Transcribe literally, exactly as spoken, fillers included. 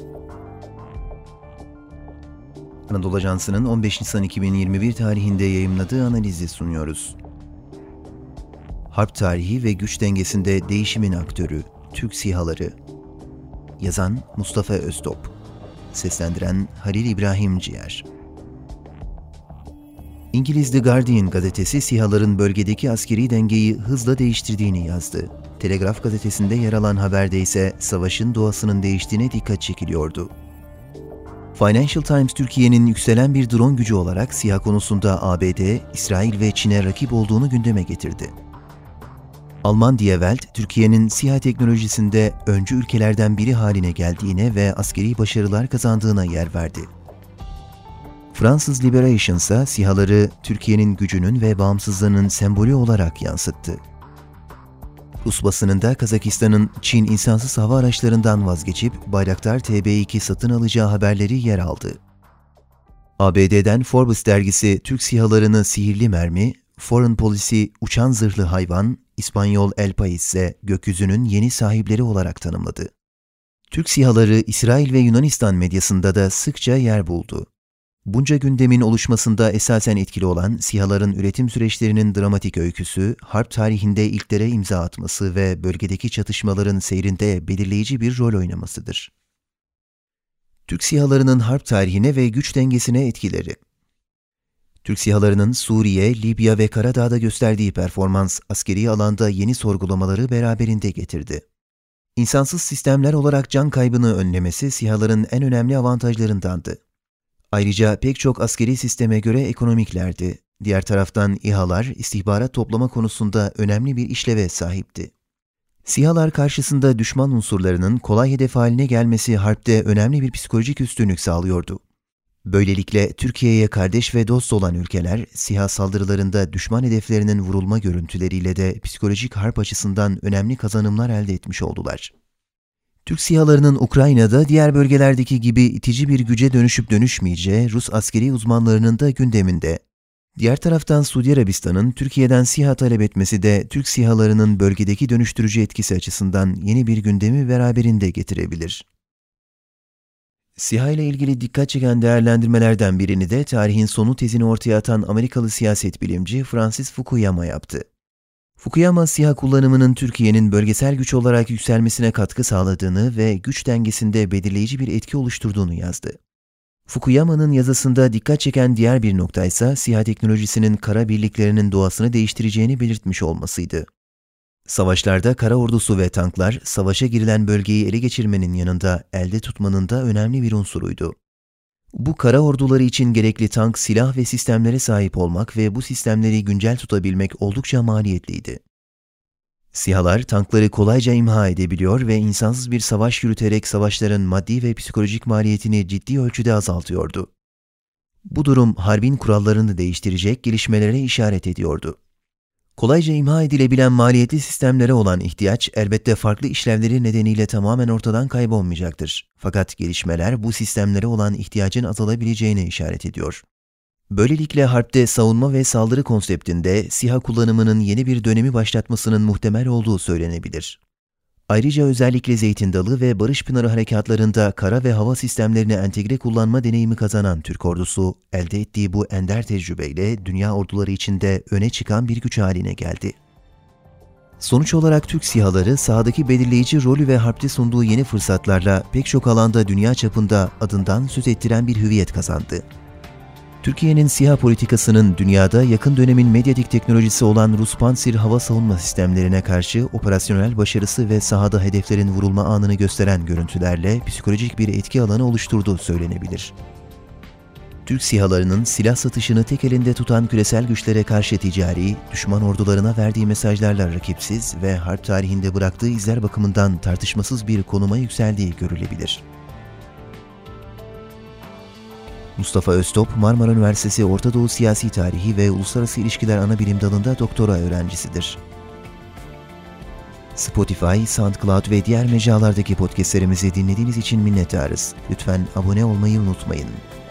Anadolu Ajansı'nın on beş Nisan iki bin yirmi bir tarihinde yayımladığı analizi sunuyoruz. Harp tarihi ve güç dengesinde değişimin aktörü, Türk SİHA'ları. Yazan Mustafa Öztop. Seslendiren Halil İbrahim Ciğer. İngiliz The Guardian gazetesi SİHA'ların bölgedeki askeri dengeyi hızla değiştirdiğini yazdı. Telegraf gazetesinde yer alan haberde ise savaşın doğasının değiştiğine dikkat çekiliyordu. Financial Times, Türkiye'nin yükselen bir drone gücü olarak SİHA konusunda A B D, İsrail ve Çin'e rakip olduğunu gündeme getirdi. Alman Die Welt, Türkiye'nin SİHA teknolojisinde öncü ülkelerden biri haline geldiğine ve askeri başarılar kazandığına yer verdi. Fransız Liberation ise SİHA'ları Türkiye'nin gücünün ve bağımsızlığının sembolü olarak yansıttı. Rus basınında Kazakistan'ın Çin insansız hava araçlarından vazgeçip Bayraktar T B iki satın alacağı haberleri yer aldı. A B D'den Forbes dergisi Türk SİHA'larını sihirli mermi, Foreign Policy uçan zırhlı hayvan, İspanyol El País ise gökyüzünün yeni sahipleri olarak tanımladı. Türk SİHA'ları İsrail ve Yunanistan medyasında da sıkça yer buldu. Bunca gündemin oluşmasında esasen etkili olan SİHA'ların üretim süreçlerinin dramatik öyküsü, harp tarihinde ilklere imza atması ve bölgedeki çatışmaların seyrinde belirleyici bir rol oynamasıdır. Türk SİHA'larının harp tarihine ve güç dengesine etkileri. Türk SİHA'larının Suriye, Libya ve Karadağ'da gösterdiği performans, askeri alanda yeni sorgulamaları beraberinde getirdi. İnsansız sistemler olarak can kaybını önlemesi SİHA'ların en önemli avantajlarındandı. Ayrıca pek çok askeri sisteme göre ekonomiklerdi. Diğer taraftan İHA'lar istihbarat toplama konusunda önemli bir işleve sahipti. SİHA'lar karşısında düşman unsurlarının kolay hedef haline gelmesi harpte önemli bir psikolojik üstünlük sağlıyordu. Böylelikle Türkiye'ye kardeş ve dost olan ülkeler, SİHA saldırılarında düşman hedeflerinin vurulma görüntüleriyle de psikolojik harp açısından önemli kazanımlar elde etmiş oldular. Türk SİHA'larının Ukrayna'da diğer bölgelerdeki gibi itici bir güce dönüşüp dönüşmeyeceği Rus askeri uzmanlarının da gündeminde. Diğer taraftan Suudi Arabistan'ın Türkiye'den SİHA talep etmesi de Türk SİHA'larının bölgedeki dönüştürücü etkisi açısından yeni bir gündemi beraberinde getirebilir. SİHA ile ilgili dikkat çeken değerlendirmelerden birini de tarihin sonu tezini ortaya atan Amerikalı siyaset bilimci Francis Fukuyama yaptı. Fukuyama, SİHA kullanımının Türkiye'nin bölgesel güç olarak yükselmesine katkı sağladığını ve güç dengesinde belirleyici bir etki oluşturduğunu yazdı. Fukuyama'nın yazısında dikkat çeken diğer bir nokta ise SİHA teknolojisinin kara birliklerinin doğasını değiştireceğini belirtmiş olmasıydı. Savaşlarda kara ordusu ve tanklar, savaşa girilen bölgeyi ele geçirmenin yanında elde tutmanın da önemli bir unsuruydu. Bu kara orduları için gerekli tank, silah ve sistemlere sahip olmak ve bu sistemleri güncel tutabilmek oldukça maliyetliydi. SİHA'lar tankları kolayca imha edebiliyor ve insansız bir savaş yürüterek savaşların maddi ve psikolojik maliyetini ciddi ölçüde azaltıyordu. Bu durum harbin kurallarını değiştirecek gelişmelere işaret ediyordu. Kolayca imha edilebilen maliyetli sistemlere olan ihtiyaç elbette farklı işlevleri nedeniyle tamamen ortadan kaybolmayacaktır. Fakat gelişmeler bu sistemlere olan ihtiyacın azalabileceğine işaret ediyor. Böylelikle harpte savunma ve saldırı konseptinde SİHA kullanımının yeni bir dönemi başlatmasının muhtemel olduğu söylenebilir. Ayrıca özellikle Zeytin Dalı ve Barış Pınarı harekatlarında kara ve hava sistemlerini entegre kullanma deneyimi kazanan Türk ordusu, elde ettiği bu ender tecrübeyle dünya orduları içinde öne çıkan bir güç haline geldi. Sonuç olarak Türk SİHA'ları sahadaki belirleyici rolü ve harpte sunduğu yeni fırsatlarla pek çok alanda dünya çapında adından söz ettiren bir hüviyet kazandı. Türkiye'nin SİHA politikasının dünyada yakın dönemin medyatik teknolojisi olan Rus Pantsir hava savunma sistemlerine karşı operasyonel başarısı ve sahada hedeflerin vurulma anını gösteren görüntülerle psikolojik bir etki alanı oluşturduğu söylenebilir. Türk SİHA'larının silah satışını tek elinde tutan küresel güçlere karşı ticari, düşman ordularına verdiği mesajlarla rakipsiz ve harp tarihinde bıraktığı izler bakımından tartışmasız bir konuma yükseldiği görülebilir. Mustafa Öztop, Marmara Üniversitesi Orta Doğu Siyasi Tarihi ve Uluslararası İlişkiler Anabilim Dalı'nda doktora öğrencisidir. Spotify, SoundCloud ve diğer mecralardaki podcastlerimizi dinlediğiniz için minnettarız. Lütfen abone olmayı unutmayın.